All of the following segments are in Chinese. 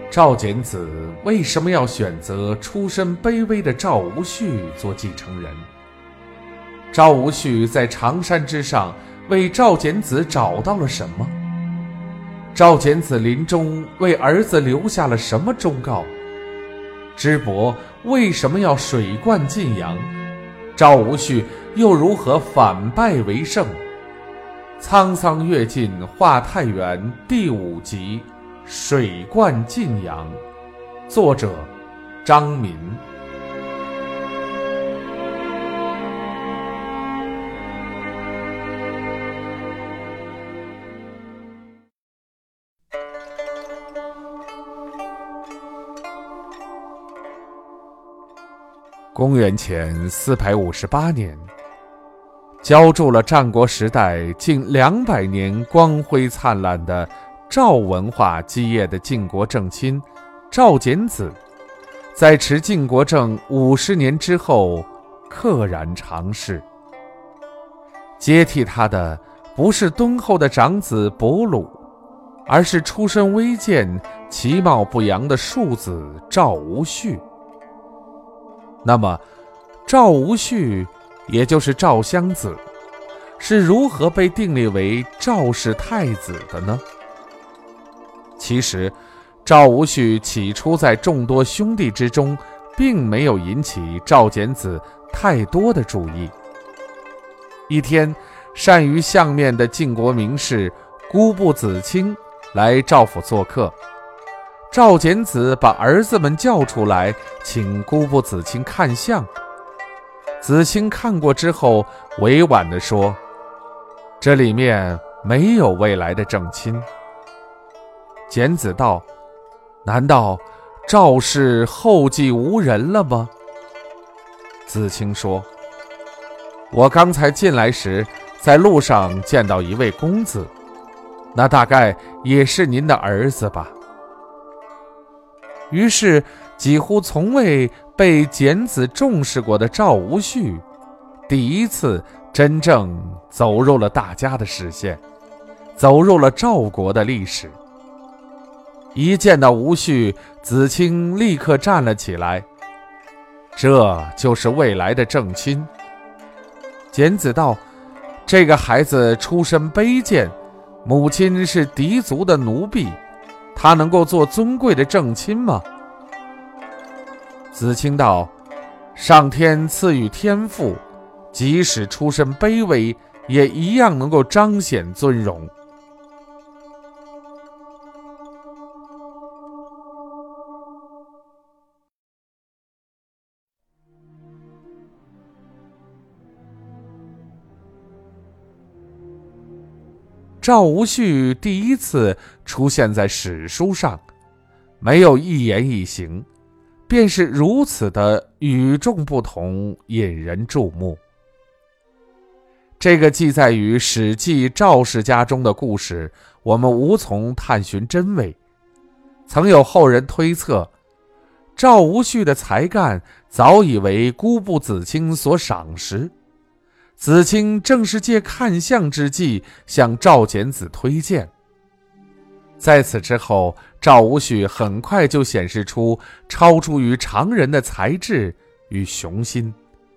赵简子为什么要选择出身卑微的赵无恤做继承人？赵无恤在长山之上为赵简子找到了什么？赵简子临终为儿子留下了什么忠告？支伯为什么要水灌晋阳？赵无恤又如何反败为胜？沧桑阅尽华太原第5集水灌晋阳，作者张民。公元前458年，浇筑了战国时代近200年光辉灿烂的赵文化基业的晋国正卿赵简子，在持晋国政50年之后溘然长逝。接替他的不是敦厚的长子伯鲁，而是出身微贱、其貌不扬的庶子赵无恤。那么赵无恤，也就是赵襄子，是如何被订立为赵氏太子的呢？其实赵无恤起初在众多兄弟之中，并没有引起赵简子太多的注意。一天，善于相面的晋国名士姑布子卿来赵府做客，赵简子把儿子们叫出来，请姑布子卿看相。子卿看过之后，委婉地说：“这里面没有未来的正卿。”简子道：“难道赵氏后继无人了吗？”子卿说：“我刚才进来时，在路上见到一位公子，那大概也是您的儿子吧。”于是几乎从未被简子重视过的赵无恤，第一次真正走入了大家的视线，走入了赵国的历史。一见到无恤，子卿立刻站了起来：“这就是未来的正卿。”简子道：“这个孩子出身卑贱，母亲是狄族的奴婢，他能够做尊贵的正卿吗？”子卿道：“上天赐予天赋，即使出身卑微，也一样能够彰显尊荣。”赵无恤第一次出现在史书上，没有一言一行，便是如此的与众不同，引人注目。这个记载于《史记·赵氏家》中的故事，我们无从探寻真伪。曾有后人推测，赵无恤的才干早已为姑布子卿所赏识，子卿正是借看相之际向赵简子推荐。在此之后，赵无恤很快就显示出超出于常人的才智与雄心。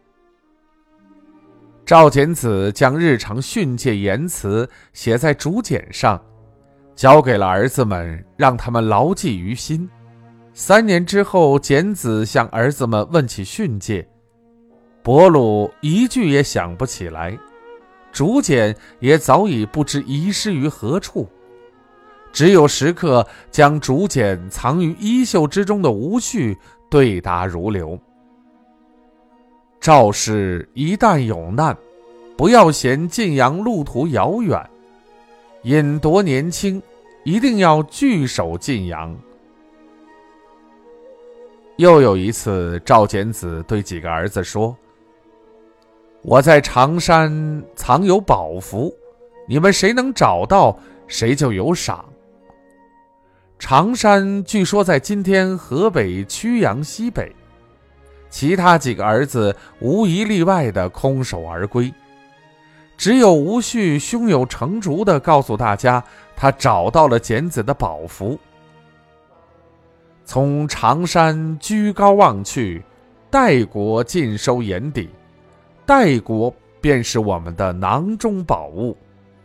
赵简子将日常训诫言辞写在竹简上，交给了儿子们，让他们牢记于心。3年之后，简子向儿子们问起训诫，伯鲁一句也想不起来，竹简也早已不知遗失于何处。只有时刻将竹简藏于衣袖之中的无恤对答如流。赵氏一旦有难，不要嫌晋阳路途遥远，尹铎年轻，一定要据守晋阳。又有一次，赵简子对几个儿子说：“我在长山藏有宝符，你们谁能找到，谁就有赏。”长山据说在今天河北曲阳西北，其他几个儿子无一例外的空手而归，只有无恤胸有成竹地告诉大家，他找到了简子的宝符。 从常山居高望去，代国尽收眼底，代国便是我们的囊中宝物。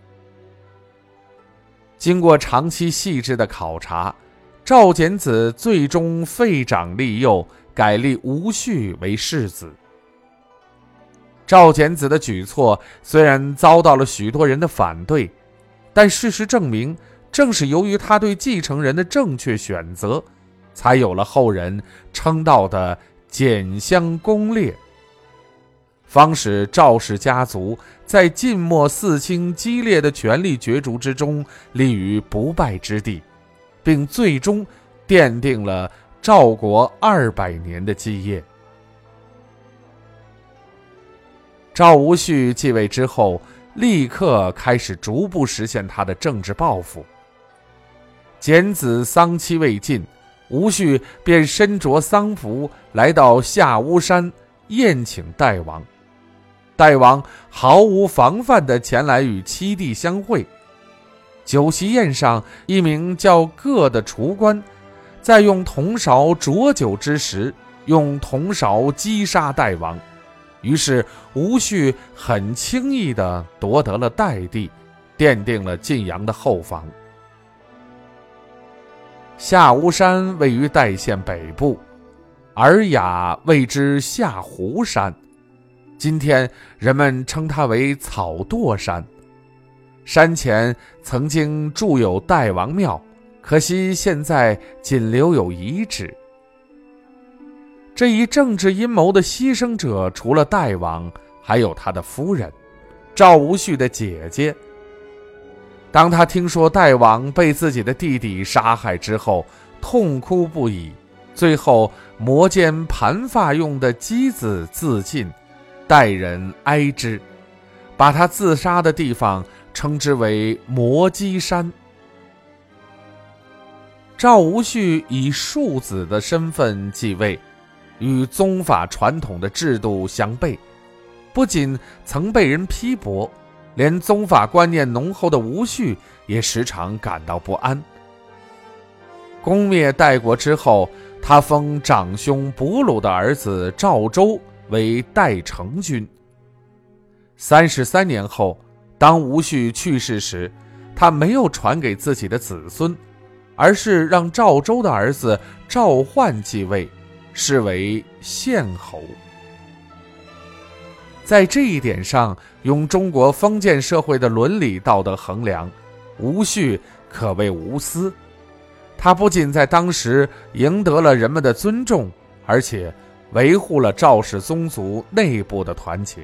经过长期细致的考察，赵简子最终废长立幼，改立吴旭为世子。赵简子的举措虽然遭到了许多人的反对，但事实证明，正是由于他对继承人的正确选择，才有了后人称道的简相公烈，方使赵氏家族在晋末四卿激烈的权力角逐之中立于不败之地，并最终奠定了赵国200年的基业。赵无恤继位之后，立刻开始逐步实现他的政治抱负。简子丧期未尽，吴恤便身着丧服来到下巫山宴请代王。代王毫无防范地前来与七弟相会。酒席宴上，一名叫各的厨官在用铜勺浊酒之时，用铜勺击杀代王。于是吴恤很轻易地夺得了代地，奠定了晋阳的后方。下巫山位于代县北部，尔雅谓之下湖山，今天人们称它为草垛山。山前曾经筑有代王庙，可惜现在仅留有遗址。这一政治阴谋的牺牲者，除了代王，还有他的夫人，赵无恤的姐姐。当他听说代王被自己的弟弟杀害之后，痛哭不已，最后磨尖盘发用的机子自尽，代人哀之，把他自杀的地方称之为磨机山。赵无恤以庶子的身份继位，与宗法传统的制度相悖，不仅曾被人批驳，连宗法观念浓厚的吴恤也时常感到不安。攻灭代国之后，他封长兄伯鲁的儿子赵周为代成君。33年后，当吴恤去世时，他没有传给自己的子孙，而是让赵周的儿子赵奂继位，视为献侯。在这一点上，用中国封建社会的伦理道德衡量，吴恤可谓无私。他不仅在当时赢得了人们的尊重，而且维护了赵氏宗族内部的团结。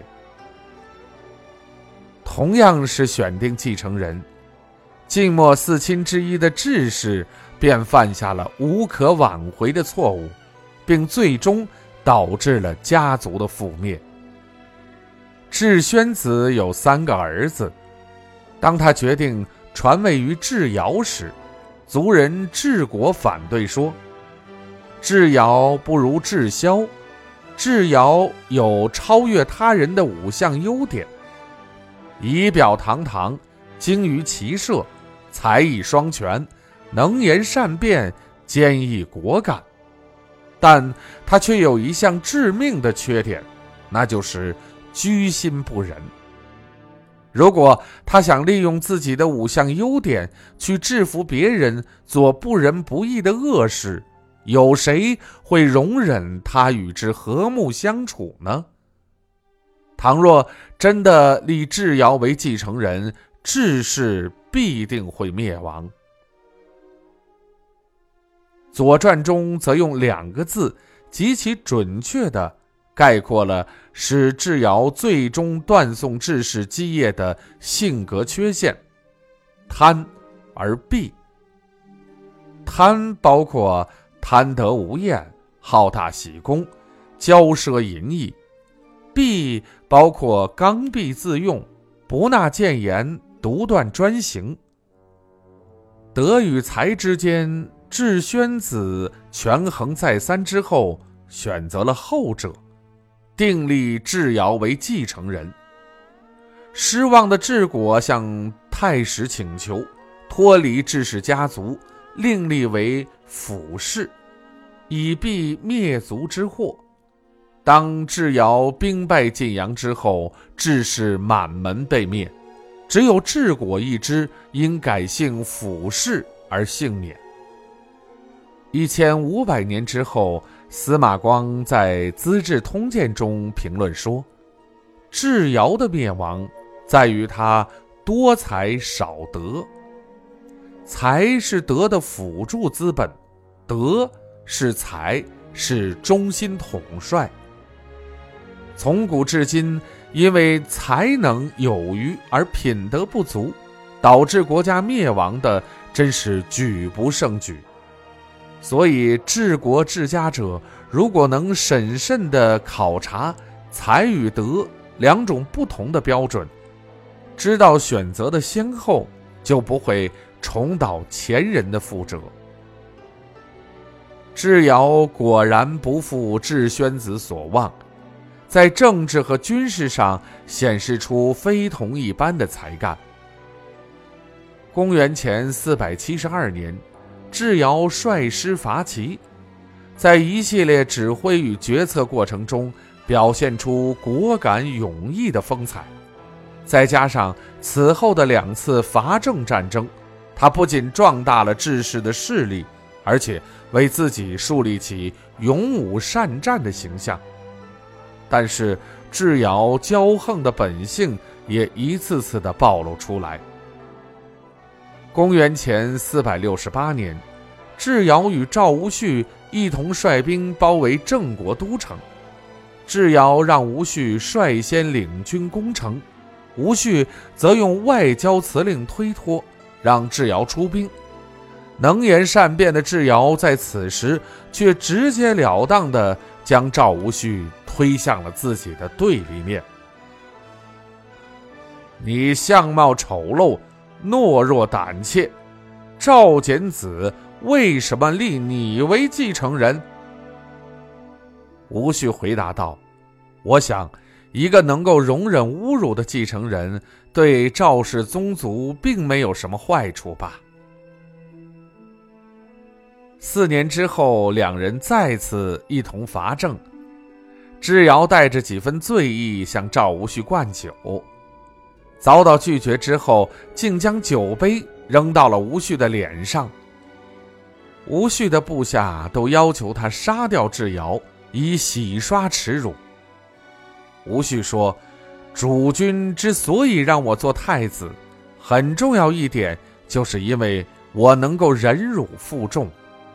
同样是选定继承人，晋末四卿之一的智氏便犯下了无可挽回的错误，并最终导致了家族的覆灭。智宣子有3个儿子，当他决定传位于智瑶时，族人智果反对说，智瑶不如智霄，智瑶有超越他人的5项优点：仪表堂堂，精于骑射，才艺双全，能言善辩，坚毅果敢。但他却有一项致命的缺点，那就是居心不仁。如果他想利用自己的5项优点去制服别人，做不仁不义的恶事，有谁会容忍他与之和睦相处呢？倘若真的立智瑶为继承人，智氏必定会灭亡。左传中则用2个字极其准确地概括了使智瑶最终断送智氏基业的性格缺陷：贪而鄙。贪包括贪得无厌、好大喜功、骄奢淫逸；鄙包括刚愎自用、不纳谏言、独断专行。德与才之间，智宣子权衡再三之后，选择了后者，订立智瑶为继承人。失望的智果向太史请求脱离智氏家族，另立为辅氏， 以避灭族之祸。当智瑶兵败晋阳之后，智氏满门被灭，只有智果一支因改姓辅氏而幸免。1500年之后，司马光在《资治通鉴》中评论说，智瑶的灭亡在于他多才少德。才是德的辅助资本，德是才，是中心统帅。从古至今，因为才能有余而品德不足，导致国家灭亡的真是举不胜举。所以治国治家者，如果能审慎地考察才与德两种不同的标准，知道选择的先后，就不会重蹈前人的覆辙。智瑶果然不负智宣子所望，在政治和军事上显示出非同一般的才干。公元前472年，智瑶率师伐齐，在一系列指挥与决策过程中表现出果敢勇毅的风采。再加上此后的2次伐郑战争，他不仅壮大了智氏的势力，而且为自己树立起勇武善战的形象。但是智瑶骄横的本性也一次次地暴露出来。公元前468年，智瑶与赵无恤一同率兵包围郑国都城，智瑶让吴恤率先领军攻城，吴恤则用外交辞令推脱，让智瑶出兵。能言善辩的智瑶在此时却直截了当地将赵无恤推向了自己的对立面。你相貌丑陋，懦弱胆怯，赵简子为什么立你为继承人？吴恤回答道，我想一个能够容忍侮辱的继承人，对赵氏宗族并没有什么坏处吧。4年之后，两人再次一同伐郑。智瑶带着几分醉意向赵无恤灌酒，遭到拒绝之后，竟将酒杯扔到了吴恤的脸上。吴恤的部下都要求他杀掉智瑶，以洗刷耻辱。吴恤说，主君之所以让我做太子，很重要一点就是因为我能够忍辱负重。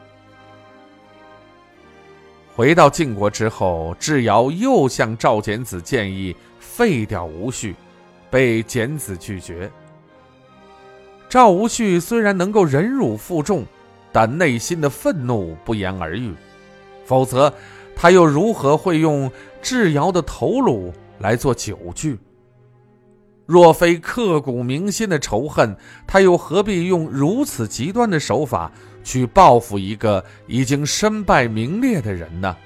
回到晋国之后，智瑶又向赵简子建议废掉吴恤，被简子拒绝。赵无恤虽然能够忍辱负重，但内心的愤怒不言而喻，否则他又如何会用智瑶的头颅来做酒具？若非刻骨铭心的仇恨，他又何必用如此极端的手法去报复一个已经身败名裂的人呢？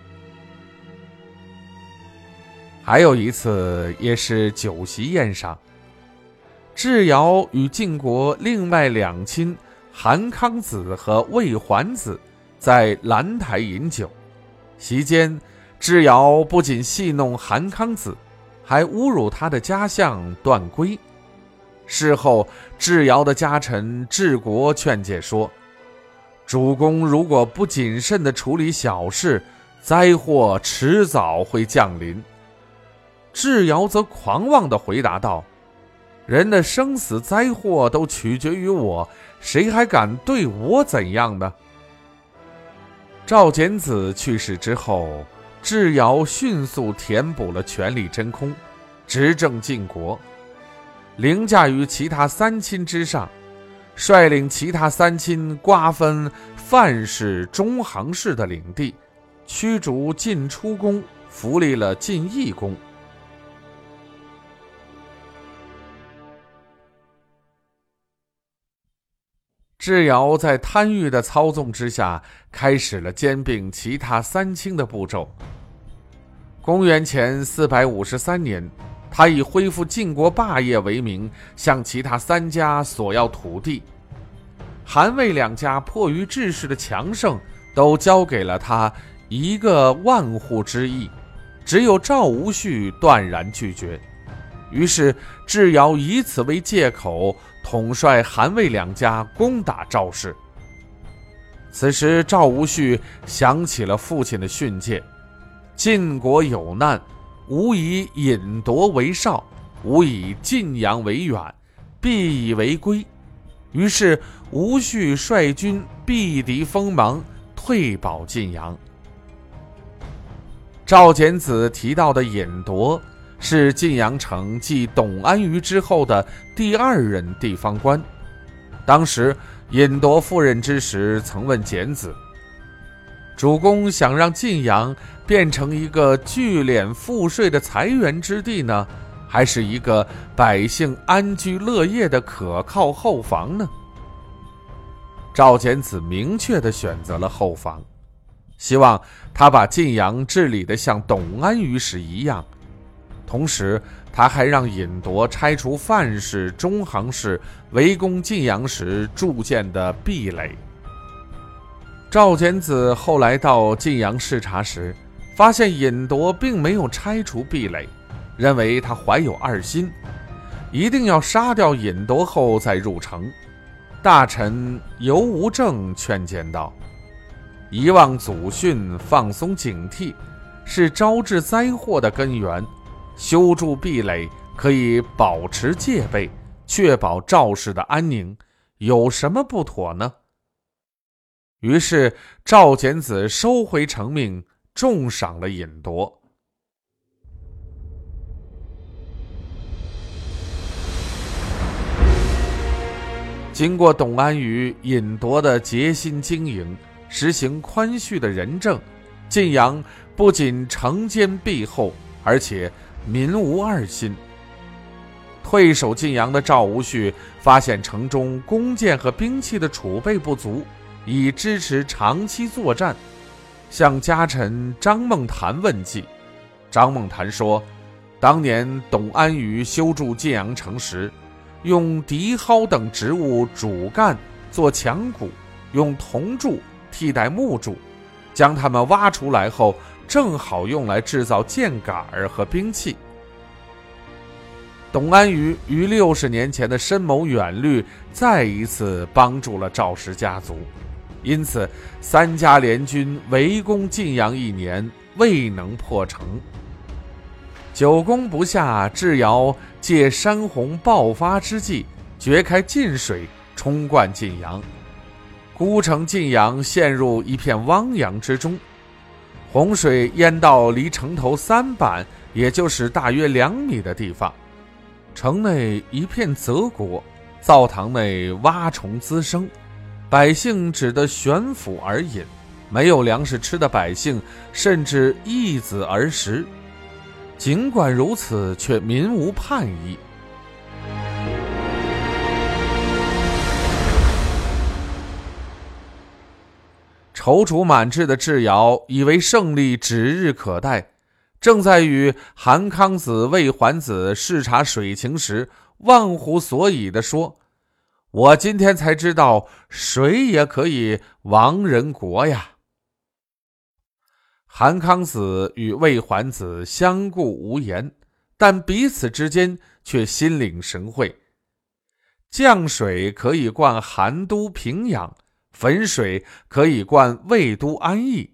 还有一次，也是酒席宴上，智瑶与晋国另外2亲韩康子和魏桓子在兰台饮酒。席间，智瑶不仅戏弄韩康子，还侮辱他的家相段圭。事后，智瑶的家臣智国劝诫说，主公如果不谨慎地处理小事，灾祸迟早会降临。智瑶则狂妄地回答道，人的生死灾祸都取决于我，谁还敢对我怎样呢？赵简子去世之后，智瑶迅速填补了权力真空，执政晋国，凌驾于其他3亲之上，率领其他3亲瓜分范氏、中行氏的领地，驱逐晋出公，扶立了晋义公。智瑶在贪欲的操纵之下，开始了兼并其他3卿的步骤。公元前453年，他以恢复晋国霸业为名，向其他3家索要土地。韩魏2家迫于智氏的强盛， 都交给了他一个万户之意，只有赵无恤断然拒绝。于是智瑶以此为借口，统帅韩魏两家攻打赵氏。此时赵无恤想起了父亲的训诫：晋国有难，吾以尹夺为少，吾以晋阳为远，必以为归。于是无恤率军避敌锋芒，退保晋阳。赵简子提到的尹铎是晋阳城继董安于之后的第2任地方官。当时尹铎赴任之时曾问简子：主公想让晋阳变成一个聚敛赋税的财源之地呢，还是一个百姓安居乐业的可靠后防呢？赵简子明确地选择了后防，希望他把晋阳治理得像董安于时一样。同时他还让尹铎拆除范氏、中行氏围攻晋阳时筑建的壁垒。赵简子后来到晋阳视察时，发现尹铎并没有拆除壁垒，认为他怀有二心，一定要杀掉尹铎后再入城。大臣尤无正劝谏道：遗忘祖训，放松警惕，是招致灾祸的根源。修筑壁垒可以保持戒备，确保赵氏的安宁，有什么不妥呢？于是赵简子收回成命，重赏了尹铎。经过董安于、尹铎的竭心经营，实行宽恤的仁政，晋阳不仅城坚壁厚，而且民无二心。退守晋阳的赵无恤发现城中弓箭和兵器的储备不足，以支持长期作战，向家臣张孟谈问计。张孟谈说，当年董安于修筑晋阳城时，用荻蒿等植物主干做墙骨，用铜柱替代木柱，将它们挖出来后，正好用来制造箭杆和兵器。董安于于60年前的深谋远虑，再一次帮助了赵氏家族，因此3家联军围攻晋阳1年，未能破城。久攻不下，智瑶借山洪爆发之际，掘开晋水，冲灌晋阳，孤城晋阳陷入一片汪洋之中。洪水淹到离城头3板，也就是大约2米的地方。城内一片泽国，灶堂内蛙虫滋生，百姓只得悬釜而饮，没有粮食吃的百姓甚至易子而食。尽管如此，却民无叛意。踌躇满志的智瑶以为胜利指日可待，正在与韩康子、魏桓子视察水情时，忘乎所以地说：我今天才知道水也可以亡人国呀。韩康子与魏桓子相顾无言，但彼此之间却心领神会。降水可以灌韩都平阳，汾水可以灌魏都安邑。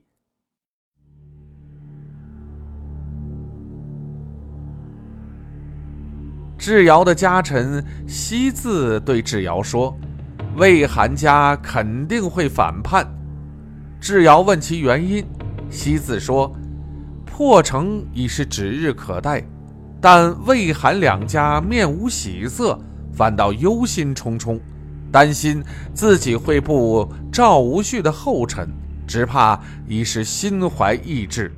智瑶的家臣西字对智瑶说：魏韩家肯定会反叛。智瑶问其原因，西字说：破城已是指日可待，但魏韩两家面无喜色，反倒忧心忡忡，担心自己会步赵无恤的后尘，只怕已是心怀异志。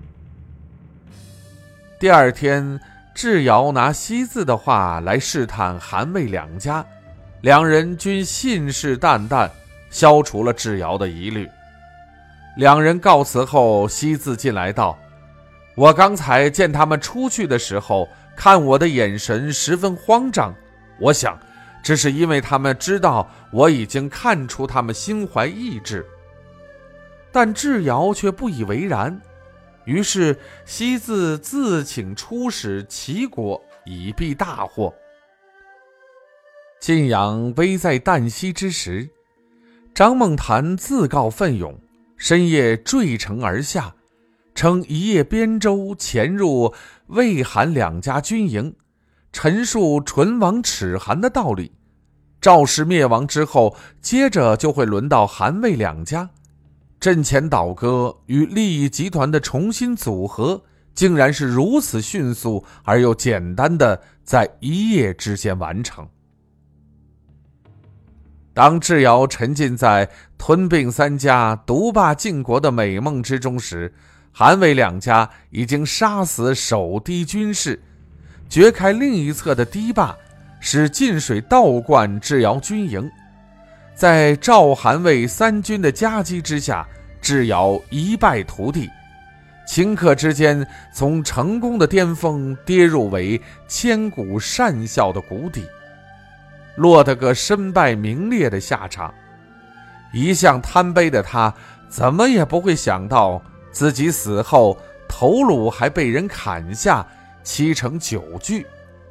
第2天，智瑶拿西字的话来试探韩魏两家，两人均信誓旦旦，消除了智瑶的疑虑。两人告辞后，西字进来道：我刚才见他们出去的时候，看我的眼神十分慌张，我想这是因为他们知道我已经看出他们心怀异志。 但智瑶却不以为然，于是西自自请出使齐国，以避大祸。晋阳危在旦夕之时，张孟谈自告奋勇，深夜坠城而下，乘一叶边舟潜入魏韩两家军营，陈述唇亡齿寒的道理。赵氏灭亡之后，接着就会轮到韩魏两家。阵前倒戈与利益集团的重新组合，竟然是如此迅速而又简单的在一夜之间完成。当智瑶沉浸在吞并三家、独霸晋国的美梦之中时，韩魏两家已经杀死守堤军士，掘开另一侧的堤坝，使晋水倒灌智瑶军营。在赵韩魏三军的夹击之下，智瑶一败涂地，顷刻之间从成功的巅峰跌入为千古善笑的谷底，落得个身败名裂的下场。一向贪杯的他，怎么也不会想到自己死后头颅还被人砍下，漆成9具。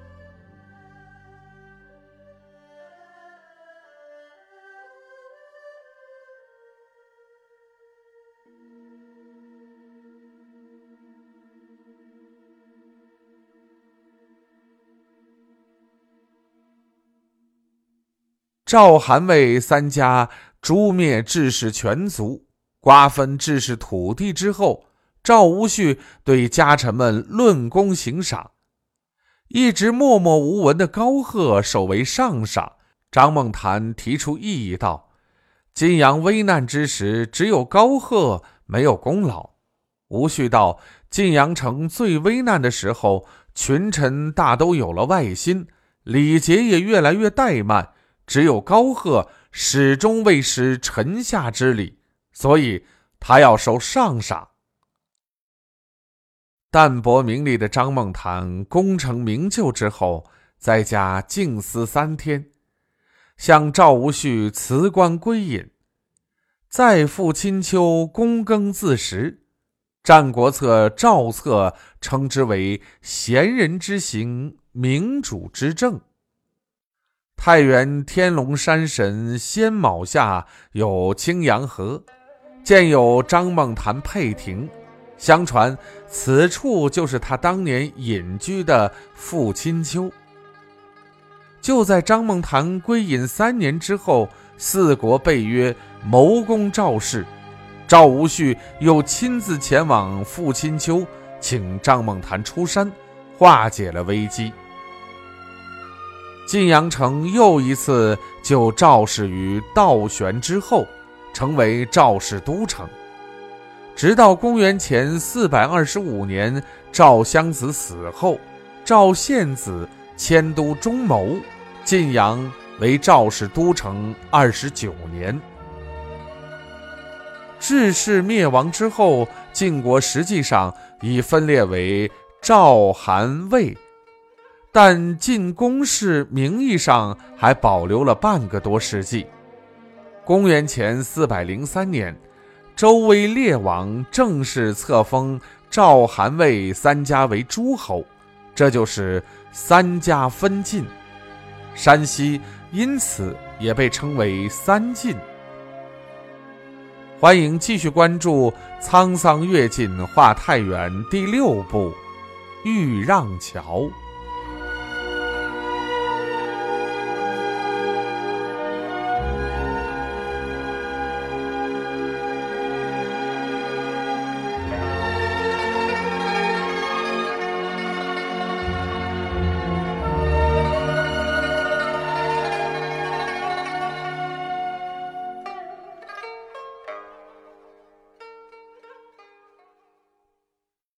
赵韩魏三家诛灭智氏全族，瓜分智氏土地之后，赵无恤对家臣们论功行赏。一直默默无闻的高贺首为上赏。张孟谈提出异议道，晋阳危难之时，只有高贺没有功劳。无恤道，晋阳城最危难的时候，群臣大都有了外心，礼节也越来越怠慢，只有高贺始终未失臣下之礼，所以他要受上赏。淡泊名利的张孟谈功成名就之后，在家静思3天，向赵无恤辞官归隐。再赴亲丘，躬耕自食。战国策赵策称之为贤人之行，明主之政。太原天龙山神先卯下有青阳河，建有张孟谈佩亭，相传此处就是他当年隐居的富亲丘。就在张孟谈归隐3年之后，4国被约谋攻赵氏，赵无恤又亲自前往富亲丘，请张孟谈出山，化解了危机。晋阳城又一次就赵氏于倒悬之后，成为赵氏都城。直到公元前425年赵襄子死后，赵献子迁都中牟，晋阳为赵氏都城29年。智氏灭亡之后，晋国实际上已分裂为赵、韩、魏，但晋公室名义上还保留了半个多世纪。公元前403年，周威烈王正式册封赵、韩、魏三家为诸侯，这就是三家分晋。山西因此也被称为三晋。欢迎继续关注《沧桑跃进·画太原》第6部《豫让桥》。